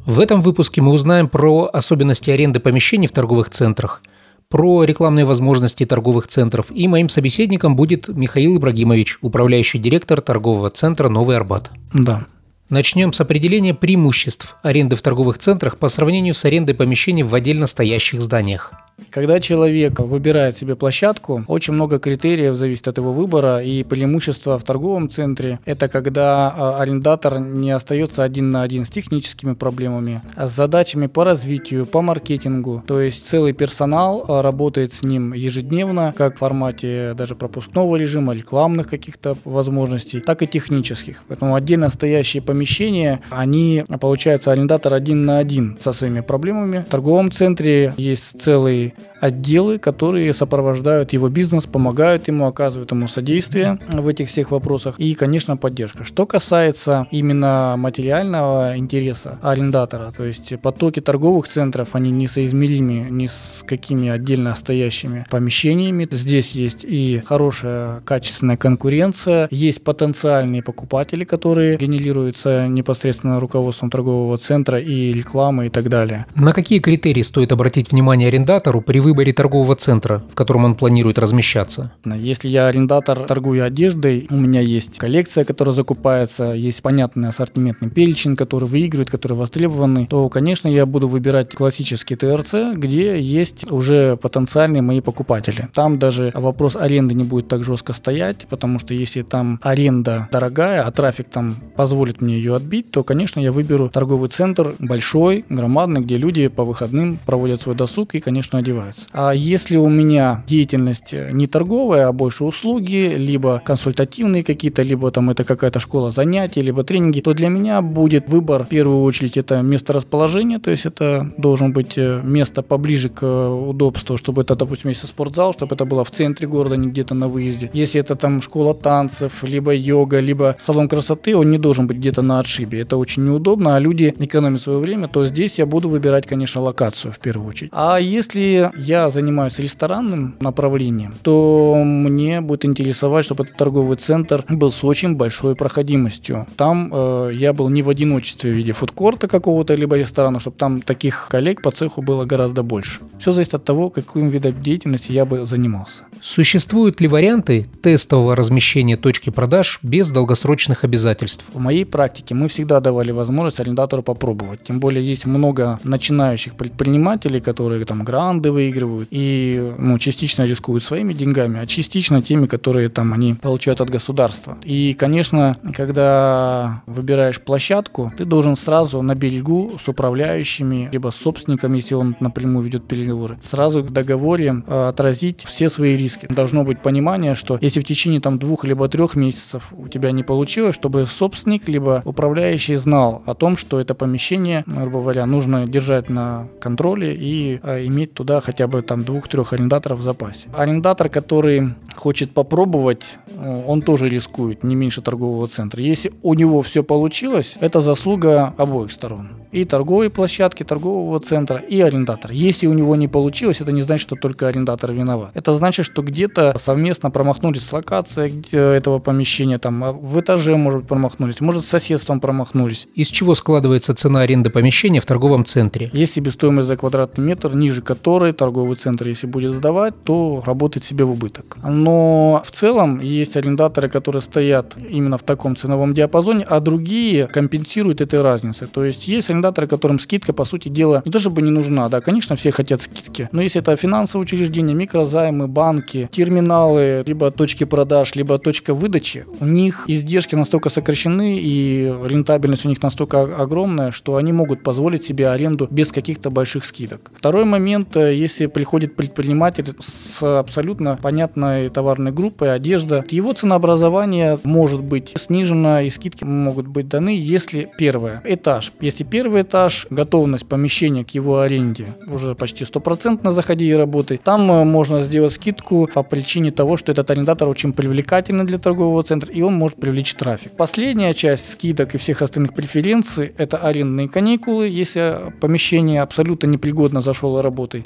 В этом выпуске мы узнаем про особенности аренды помещений в торговых центрах, про рекламные возможности торговых центров, и моим собеседником будет Михаил Ибрагимович, управляющий директор торгового центра «Новый Арбат». Да. Начнем с определения преимуществ аренды в торговых центрах по сравнению с арендой помещений в отдельно стоящих зданиях. Когда человек выбирает себе площадку, очень много критериев зависит от его выбора, и преимущество в торговом центре – это когда арендатор не остается один на один с техническими проблемами, а с задачами по развитию, по маркетингу. То есть целый персонал работает с ним ежедневно, как в формате даже пропускного режима, рекламных каких-то возможностей, так и технических. Поэтому отдельно стоящие помещения, они, получается, арендатор один на один со своими проблемами. В торговом центре есть целый отделы, которые сопровождают его бизнес, помогают ему, оказывают ему содействие в этих всех вопросах и, конечно, поддержка. Что касается именно материального интереса арендатора, то есть потоки торговых центров, они несоизмеримы ни с какими отдельно стоящими помещениями. Здесь есть и хорошая качественная конкуренция, есть потенциальные покупатели, которые генерируются непосредственно руководством торгового центра и рекламы и так далее. На какие критерии стоит обратить внимание арендатору при выборе торгового центра, в котором он планирует размещаться? Если я арендатор, торгую одеждой, у меня есть коллекция, которая закупается, есть понятный ассортиментный перечень, который выигрывает, который востребованный, то, конечно, я буду выбирать классический ТРЦ, где есть уже потенциальные мои покупатели. Там даже вопрос аренды не будет так жестко стоять, потому что если там аренда дорогая, а трафик там позволит мне ее отбить, то, конечно, я выберу торговый центр большой, громадный, где люди по выходным проводят свой досуг и, конечно, одеваются. А если у меня деятельность не торговая, а больше услуги, либо консультативные какие-то, либо там это какая-то школа занятий, либо тренинги, то для меня будет выбор, в первую очередь, это место расположения, то есть это должен быть место поближе к удобству, чтобы это, допустим, если спортзал, чтобы это было в центре города, не где-то на выезде. Если это там школа танцев, либо йога, либо салон красоты, он не должен быть где-то на отшибе. Это очень неудобно, а люди экономят свое время, то здесь я буду выбирать, конечно, локацию в первую очередь. А если я занимаюсь ресторанным направлением, то мне будет интересовать, чтобы этот торговый центр был с очень большой проходимостью. Там я был не в одиночестве в виде фудкорта какого-то, либо ресторана, чтобы там таких коллег по цеху было гораздо больше. Все зависит от того, каким видом деятельности я бы занимался. Существуют ли варианты тестового размещения точки продаж без долгосрочных обязательств? В моей практике мы всегда давали возможность арендатору попробовать. Тем более есть много начинающих предпринимателей, которые там гранды выигрывают и частично рискуют своими деньгами, а частично теми, которые там они получают от государства. И, конечно, когда выбираешь площадку, ты должен сразу на берегу с управляющими, либо с собственником, если он напрямую ведет переговоры, сразу в договоре отразить все свои риски. Должно быть понимание, что если в течение 2 либо 3 месяцев у тебя не получилось, чтобы собственник либо управляющий знал о том, что это помещение, грубо говоря, нужно держать на контроле и иметь туда хотя бы 2-3 арендаторов в запасе. Арендатор, который хочет попробовать, он тоже рискует не меньше торгового центра. Если у него все получилось, это заслуга обоих сторон. И торговой площадки, торгового центра, и арендатора. Если у него не получилось, это не значит, что только арендатор виноват. Это значит, что где-то совместно промахнулись с локацией этого помещения, там в этаже, может быть, промахнулись, может, с соседством промахнулись. Из чего складывается цена аренды помещения в торговом центре? Есть себестоимость за квадратный метр, ниже которой торговый центр, если будет сдавать, то работает себе в убыток. Но в целом есть арендаторы, которые стоят именно в таком ценовом диапазоне, а другие компенсируют этой разницей. То есть арендаторы, которым скидка, по сути дела, не то чтобы не нужна, да, конечно, все хотят скидки, но если это финансовые учреждения, микрозаймы, банки, терминалы, либо точки продаж, либо точка выдачи, у них издержки настолько сокращены и рентабельность у них настолько огромная, что они могут позволить себе аренду без каких-то больших скидок. Второй момент, если приходит предприниматель с абсолютно понятной товарной группой, одежда, его ценообразование может быть снижено и скидки могут быть даны, если первое, этаж. Если первый этаж, готовность помещения к его аренде уже почти 100% заходи и работай, там можно сделать скидку по причине того, что этот арендатор очень привлекательный для торгового центра и он может привлечь трафик. Последняя часть скидок и всех остальных преференций – это арендные каникулы. Если помещение абсолютно непригодно зашло работой, мы прекрасно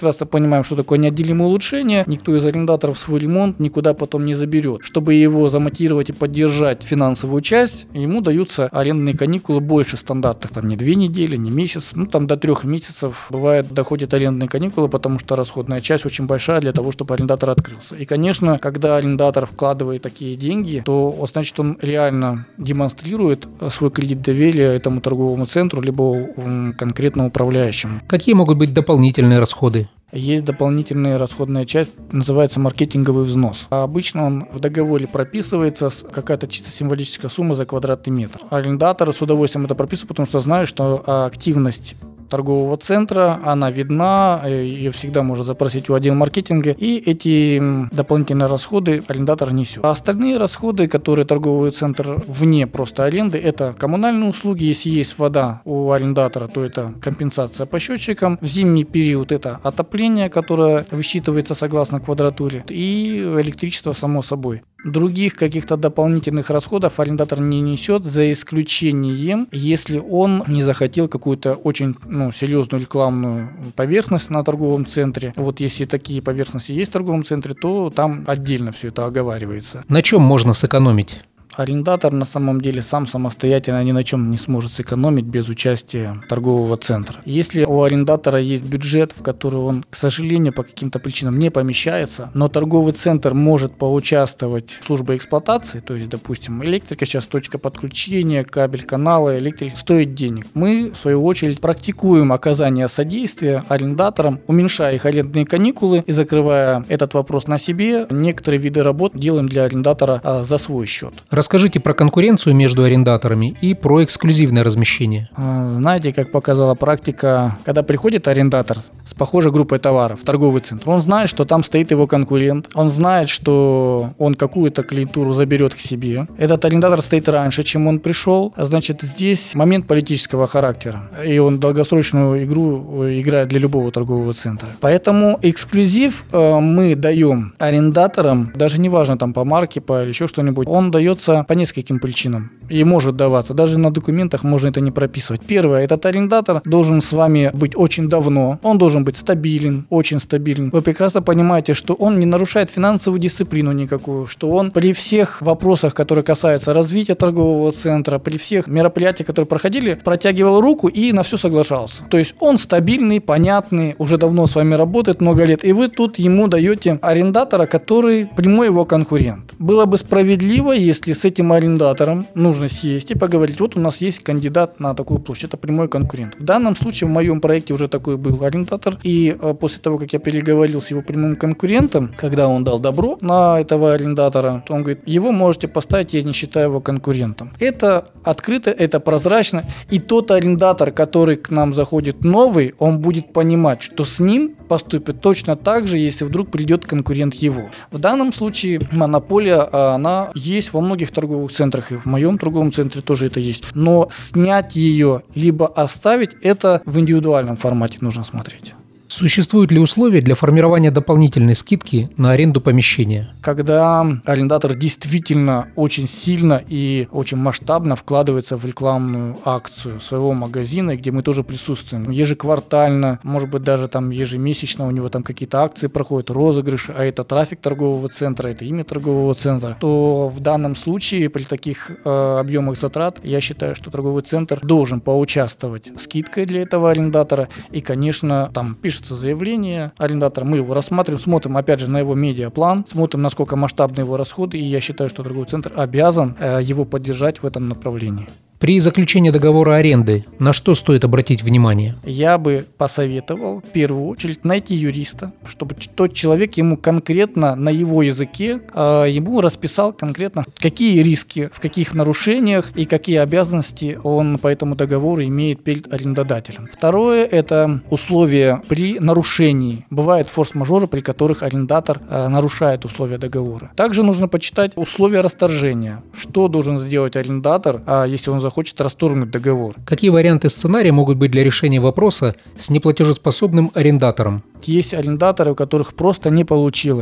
прекрасно понимаем, что такое неотделимое улучшение. Никто из арендаторов свой ремонт никуда потом не заберет. Чтобы его замотивировать и поддержать финансовую часть, ему даются арендные каникулы больше стандартных. Там не 2 недели, не месяц, там до 3 месяцев бывает доходят арендные каникулы, потому что расходная часть очень большая для того, чтобы арендатор открылся. И, конечно, когда арендатор вкладывает такие деньги, то, значит, он реально демонстрирует свой кредит доверия этому торговому центру, либо конкретно управляющему. Какие могут быть дополнительные расходы? Есть дополнительная расходная часть, называется маркетинговый взнос. А обычно он в договоре прописывается какая-то чисто символическая сумма за квадратный метр. Арендаторы с удовольствием это прописывают, потому что знают, что активность торгового центра, она видна, ее всегда можно запросить у отдела маркетинга, и эти дополнительные расходы арендатор несет. А остальные расходы, которые торговый центр вне просто аренды, это коммунальные услуги, если есть вода у арендатора, то это компенсация по счетчикам, в зимний период это отопление, которое высчитывается согласно квадратуре, и электричество само собой. Других каких-то дополнительных расходов арендатор не несет, за исключением, если он не захотел какую-то очень серьезную рекламную поверхность на торговом центре. Вот если такие поверхности есть в торговом центре, то там отдельно все это оговаривается. На чем можно сэкономить? Арендатор на самом деле сам самостоятельно ни на чем не сможет сэкономить без участия торгового центра. Если у арендатора есть бюджет, в который он, к сожалению, по каким-то причинам не помещается, но торговый центр может поучаствовать в службе эксплуатации, то есть, допустим, электрика, сейчас точка подключения, кабель, каналы, электрик стоит денег. Мы, в свою очередь, практикуем оказание содействия арендаторам, уменьшая их арендные каникулы и закрывая этот вопрос на себе, некоторые виды работ делаем для арендатора за свой счет. Расскажите про конкуренцию между арендаторами и про эксклюзивное размещение. Знаете, как показала практика, когда приходит арендатор с похожей группой товаров в торговый центр, он знает, что там стоит его конкурент, он знает, что он какую-то клиентуру заберет к себе. Этот арендатор стоит раньше, чем он пришел, значит, здесь момент политического характера, и он долгосрочную игру играет для любого торгового центра. Поэтому эксклюзив мы даем арендаторам, даже неважно там по марке, по или еще что-нибудь, он дается по нескольким причинам и может даваться. Даже на документах можно это не прописывать. Первое, этот арендатор должен с вами быть очень давно, он должен быть стабилен, очень стабилен. Вы прекрасно понимаете, что он не нарушает финансовую дисциплину никакую, что он при всех вопросах, которые касаются развития торгового центра, при всех мероприятиях, которые проходили, протягивал руку и на все соглашался. То есть он стабильный, понятный, уже давно с вами работает много лет, и вы тут ему даете арендатора, который прямой его конкурент. Было бы справедливо, если с этим арендатором нужно сесть и поговорить, вот у нас есть кандидат на такую площадь, это прямой конкурент. В данном случае в моем проекте уже такой был арендатор, и после того, как я переговорил с его прямым конкурентом, когда он дал добро на этого арендатора, то он говорит, его можете поставить, я не считаю его конкурентом. Это открыто, это прозрачно, и тот арендатор, который к нам заходит новый, он будет понимать, что с ним поступит точно так же, если вдруг придет конкурент его. В данном случае монополия, она есть во многих торговых центрах, и в моем торговом центре тоже это есть. Но снять ее, либо оставить, это в индивидуальном формате нужно смотреть. Существуют ли условия для формирования дополнительной скидки на аренду помещения? Когда арендатор действительно очень сильно и очень масштабно вкладывается в рекламную акцию своего магазина, где мы тоже присутствуем ежеквартально, может быть даже там ежемесячно у него там какие-то акции проходят, розыгрыши, а это трафик торгового центра, это имя торгового центра, то в данном случае при таких объемах затрат я считаю, что торговый центр должен поучаствовать скидкой для этого арендатора, и, конечно, там пишется заявление арендатора, мы его рассматриваем, смотрим опять же на его медиаплан, смотрим, насколько масштабны его расходы, и я считаю, что торговый центр обязан его поддержать в этом направлении. При заключении договора аренды на что стоит обратить внимание? Я бы посоветовал в первую очередь найти юриста, чтобы тот человек ему конкретно на его языке ему расписал конкретно, какие риски, в каких нарушениях и какие обязанности он по этому договору имеет перед арендодателем. Второе – это условия при нарушении. Бывают форс-мажоры, при которых арендатор нарушает условия договора. Также нужно почитать условия расторжения. Что должен сделать арендатор, если он захочет расторгнуть договор. Какие варианты сценария могут быть для решения вопроса с неплатежеспособным арендатором? Есть арендаторы, у которых просто не получилось.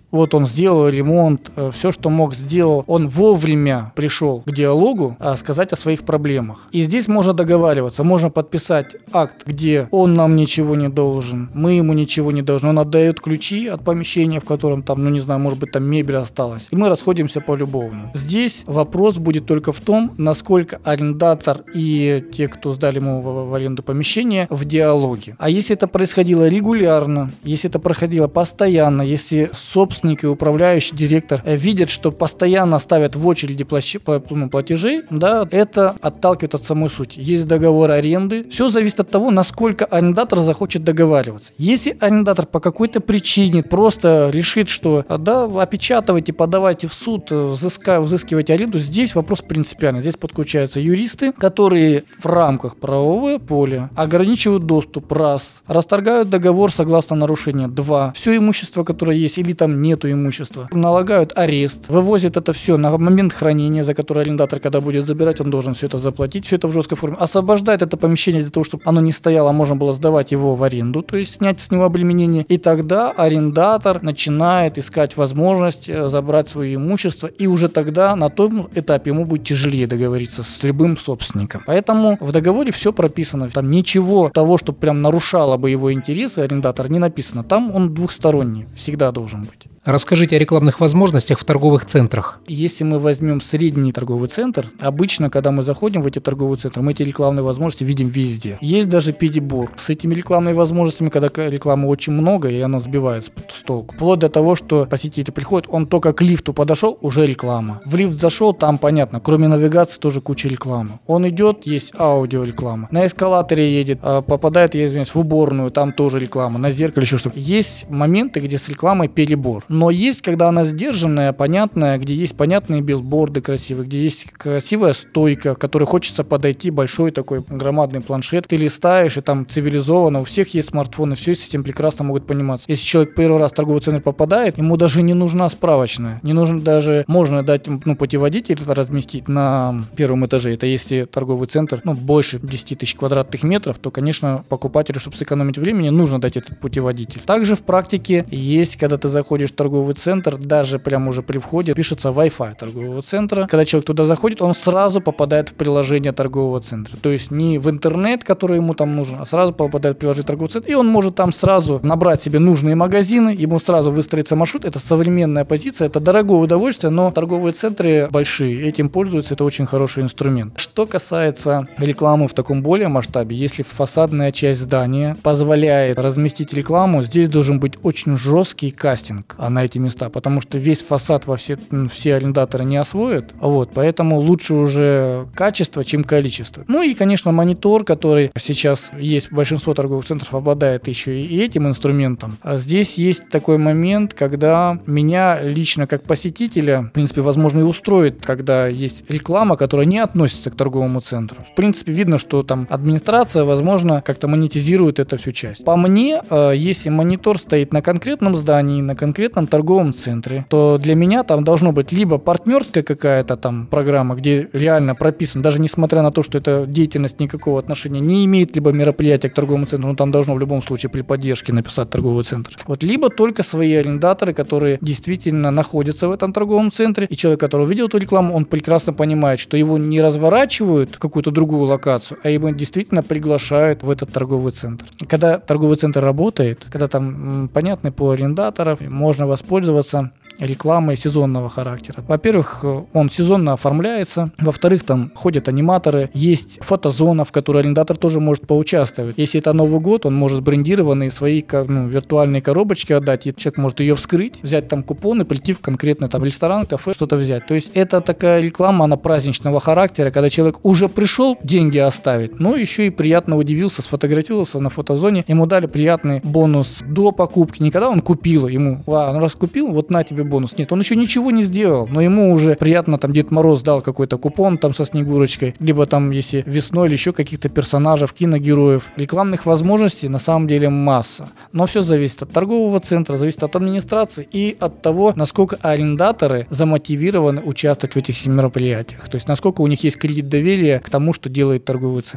Вот он сделал ремонт, все, что мог, сделал. Он вовремя пришел к диалогу, сказать о своих проблемах. И здесь можно договариваться, можно подписать акт, где он нам ничего не должен, мы ему ничего не должны. Он отдает ключи от помещения, в котором там, может быть, там мебель осталась. И мы расходимся полюбовно. Здесь вопрос будет только в том, насколько арендатор и те, кто сдали ему в аренду помещение, в диалоге. А если это происходило регулярно, если это происходило постоянно, если собственник и управляющий директор видят, что постоянно ставят в очереди платежей, да, это отталкивает от самой сути. Есть договор аренды. Все зависит от того, насколько арендатор захочет договариваться. Если арендатор по какой-то причине просто решит, что да, опечатывайте, подавайте в суд, взыскивайте аренду, здесь вопрос принципиальный. Здесь подключаются юристы, которые в рамках правового поля ограничивают доступ, раз, расторгают договор согласно нарушения, два, все имущество, которое есть, или там нету имущества, налагают арест, вывозят это все на момент хранения, за который арендатор, когда будет забирать, он должен все это заплатить, все это в жесткой форме, освобождает это помещение для того, чтобы оно не стояло, можно было сдавать его в аренду, то есть снять с него обременение, и тогда арендатор начинает искать возможность забрать свое имущество, и уже тогда на том этапе ему будет тяжелее договориться с любым собственником. Поэтому в договоре все прописано, там ничего того, что прям нарушало бы его интересы арендатора, не написано, там он двухсторонний, всегда должен быть. Расскажите о рекламных возможностях в торговых центрах. Если мы возьмем средний торговый центр, обычно, когда мы заходим в эти торговые центры, мы эти рекламные возможности видим везде. Есть даже перебор с этими рекламными возможностями, когда рекламы очень много, и она сбивает с толку. Вплоть до того, что посетитель приходит, он только к лифту подошел, уже реклама. В лифт зашел, там понятно, кроме навигации тоже куча рекламы. Он идет, есть аудиореклама. На эскалаторе едет, попадает, я извиняюсь, в уборную, там тоже реклама. На зеркале еще что-то. Есть моменты, где с рекламой перебор. Но есть, когда она сдержанная, понятная, где есть понятные билборды красивые, где есть красивая стойка, к которой хочется подойти, большой такой громадный планшет. Ты листаешь, и там цивилизованно, у всех есть смартфоны, все с этим прекрасно могут пониматься. Если человек первый раз в торговый центр попадает, ему даже не нужна справочная. Не нужно даже, можно дать, путеводитель разместить на первом этаже. Это если торговый центр, больше 10 тысяч квадратных метров, то, конечно, покупателю, чтобы сэкономить времени, нужно дать этот путеводитель. Также в практике есть, когда ты заходишь в торговый центр, даже прямо уже при входе пишется Wi-Fi торгового центра. Когда человек туда заходит, он сразу попадает в приложение торгового центра. То есть не в интернет, который ему там нужен, а сразу попадает в приложение торгового центра. И он может там сразу набрать себе нужные магазины, ему сразу выстроится маршрут. Это современная позиция, это дорогое удовольствие, но торговые центры большие, этим пользуются, это очень хороший инструмент. Что касается рекламы в таком более масштабе, если фасадная часть здания позволяет разместить рекламу, здесь должен быть очень жесткий кастинг на эти места, потому что весь фасад все арендаторы не освоят, поэтому лучше уже качество, чем количество. И, конечно, монитор, который сейчас есть, большинство торговых центров обладает еще и этим инструментом. А здесь есть такой момент, когда меня лично как посетителя, в принципе, возможно, и устроит, когда есть реклама, которая не относится к торговому центру. В принципе, видно, что там администрация, возможно, как-то монетизирует эту всю часть. По мне, если монитор стоит на конкретном здании, на конкретном торговом центре, то для меня там должно быть либо партнерская какая-то там программа, где реально прописано, даже несмотря на то, что эта деятельность никакого отношения не имеет, либо мероприятие к торговому центру, там должно в любом случае при поддержке написать торговый центр. Либо только свои арендаторы, которые действительно находятся в этом торговом центре, и человек, который увидел эту рекламу, он прекрасно понимает, что его не разворачивают в какую-то другую локацию, а его действительно приглашают в этот торговый центр. И когда торговый центр работает, когда там понятный пул арендаторов, можно воспользоваться рекламой сезонного характера. Во-первых, он сезонно оформляется. Во-вторых, там ходят аниматоры. Есть фотозона, в которой арендатор тоже может поучаствовать. Если это Новый год, он может брендированные свои виртуальные коробочки отдать, и человек может ее вскрыть, взять там купоны, прийти в конкретный там ресторан, кафе, что-то взять. То есть это такая реклама, она праздничного характера, когда человек уже пришел деньги оставить, но еще и приятно удивился, сфотографировался на фотозоне, ему дали приятный бонус до покупки. Не когда он купил, ему, он раз купил, вот на тебе бонус. Нет, он еще ничего не сделал, но ему уже приятно, там Дед Мороз дал какой-то купон там со Снегурочкой, либо там, если весной, или еще каких-то персонажей, киногероев. Рекламных возможностей на самом деле масса. Но все зависит от торгового центра, зависит от администрации и от того, насколько арендаторы замотивированы участвовать в этих мероприятиях. То есть, насколько у них есть кредит доверия к тому, что делает торговый центр.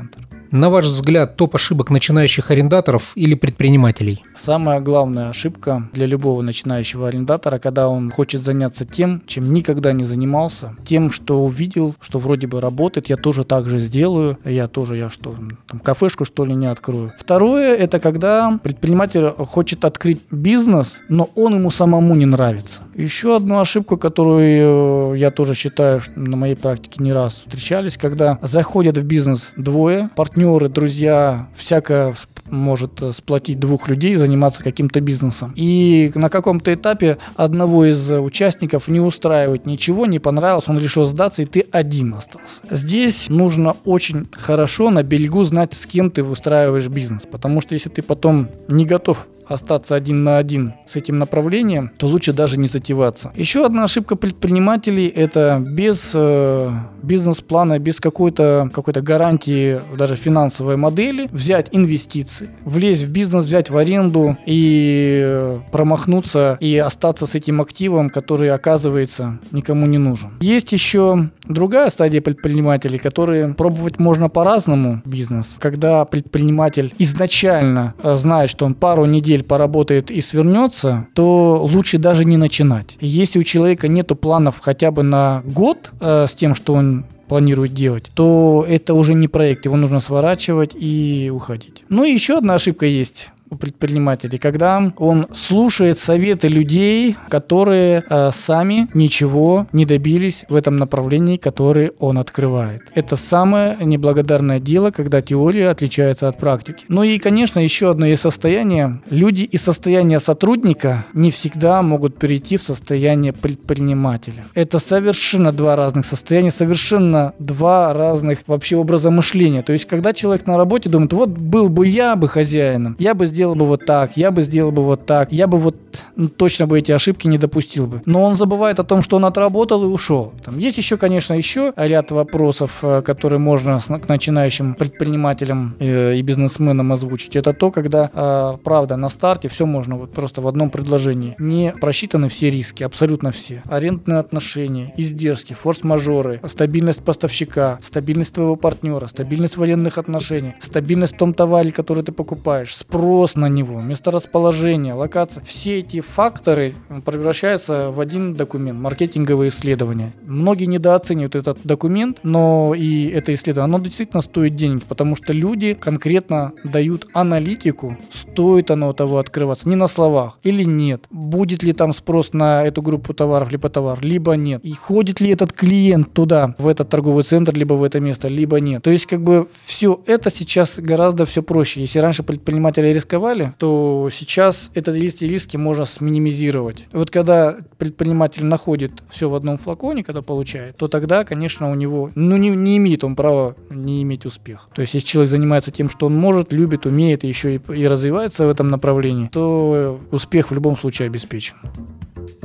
На ваш взгляд, топ ошибок начинающих арендаторов или предпринимателей? Самая главная ошибка для любого начинающего арендатора, когда он хочет заняться тем, чем никогда не занимался, тем, что увидел, что вроде бы работает, я тоже так же сделаю, я что, там, кафешку что ли не открою. Второе, это когда предприниматель хочет открыть бизнес, но он ему самому не нравится. Еще одну ошибку, которую я тоже считаю, что на моей практике не раз встречались, когда заходят в бизнес двое, партнеры, друзья, всякое может сплотить двух людей и заниматься каким-то бизнесом. И на каком-то этапе одного из участников не устраивает ничего, не понравилось, он решил сдаться, и ты один остался. Здесь нужно очень хорошо на берегу знать, с кем ты выстраиваешь бизнес, потому что если ты потом не готов остаться один на один с этим направлением, то лучше даже не затеваться. Еще одна ошибка предпринимателей – это без бизнес-плана, без какой-то гарантии, даже финансовой модели, взять инвестиции, влезть в бизнес, взять в аренду и промахнуться и остаться с этим активом, который, оказывается, никому не нужен. Есть еще другая стадия предпринимателей, которые пробовать можно по-разному бизнес. Когда предприниматель изначально знает, что он пару недель поработает и свернется, то лучше даже не начинать. Если у человека нету планов хотя бы на год с тем, что он планирует делать, то это уже не проект, его нужно сворачивать и уходить. Ну и еще одна ошибка есть у предпринимателей, когда он слушает советы людей, которые сами ничего не добились в этом направлении, которое он открывает. Это самое неблагодарное дело, когда теория отличается от практики. Ну и, конечно, еще одно есть состояние. Люди из состояния сотрудника не всегда могут перейти в состояние предпринимателя. Это совершенно два разных состояния, совершенно два разных вообще образа мышления. То есть, когда человек на работе думает, вот был бы я бы хозяином, я бы сделал бы вот так, я бы сделал бы вот так, я бы вот точно бы эти ошибки не допустил бы. Но он забывает о том, что он отработал и ушел. Там есть еще, конечно, ряд вопросов, которые можно к начинающим предпринимателям и бизнесменам озвучить. Это то, когда, правда, на старте все можно вот просто в одном предложении. Не просчитаны все риски, абсолютно все. Арендные отношения, издержки, форс-мажоры, стабильность поставщика, стабильность твоего партнера, стабильность военных отношений, стабильность в том товаре, который ты покупаешь, спрос на него, месторасположение, локация. Все эти факторы превращаются в один документ, маркетинговые исследования. Многие недооценивают этот документ, но и это исследование, оно действительно стоит денег, потому что люди конкретно дают аналитику, стоит оно того открываться, не на словах или нет. Будет ли там спрос на эту группу товаров, либо товар, либо нет. И ходит ли этот клиент туда, в этот торговый центр, либо в это место, либо нет. То есть все это сейчас гораздо все проще. Если раньше предприниматели рисковали, то сейчас эти риски можно минимизировать. Вот когда предприниматель находит все в одном флаконе, когда получает, то тогда, конечно, у него не имеет он права не иметь успех. То есть, если человек занимается тем, что он может, любит, умеет, и еще и развивается в этом направлении, то успех в любом случае обеспечен.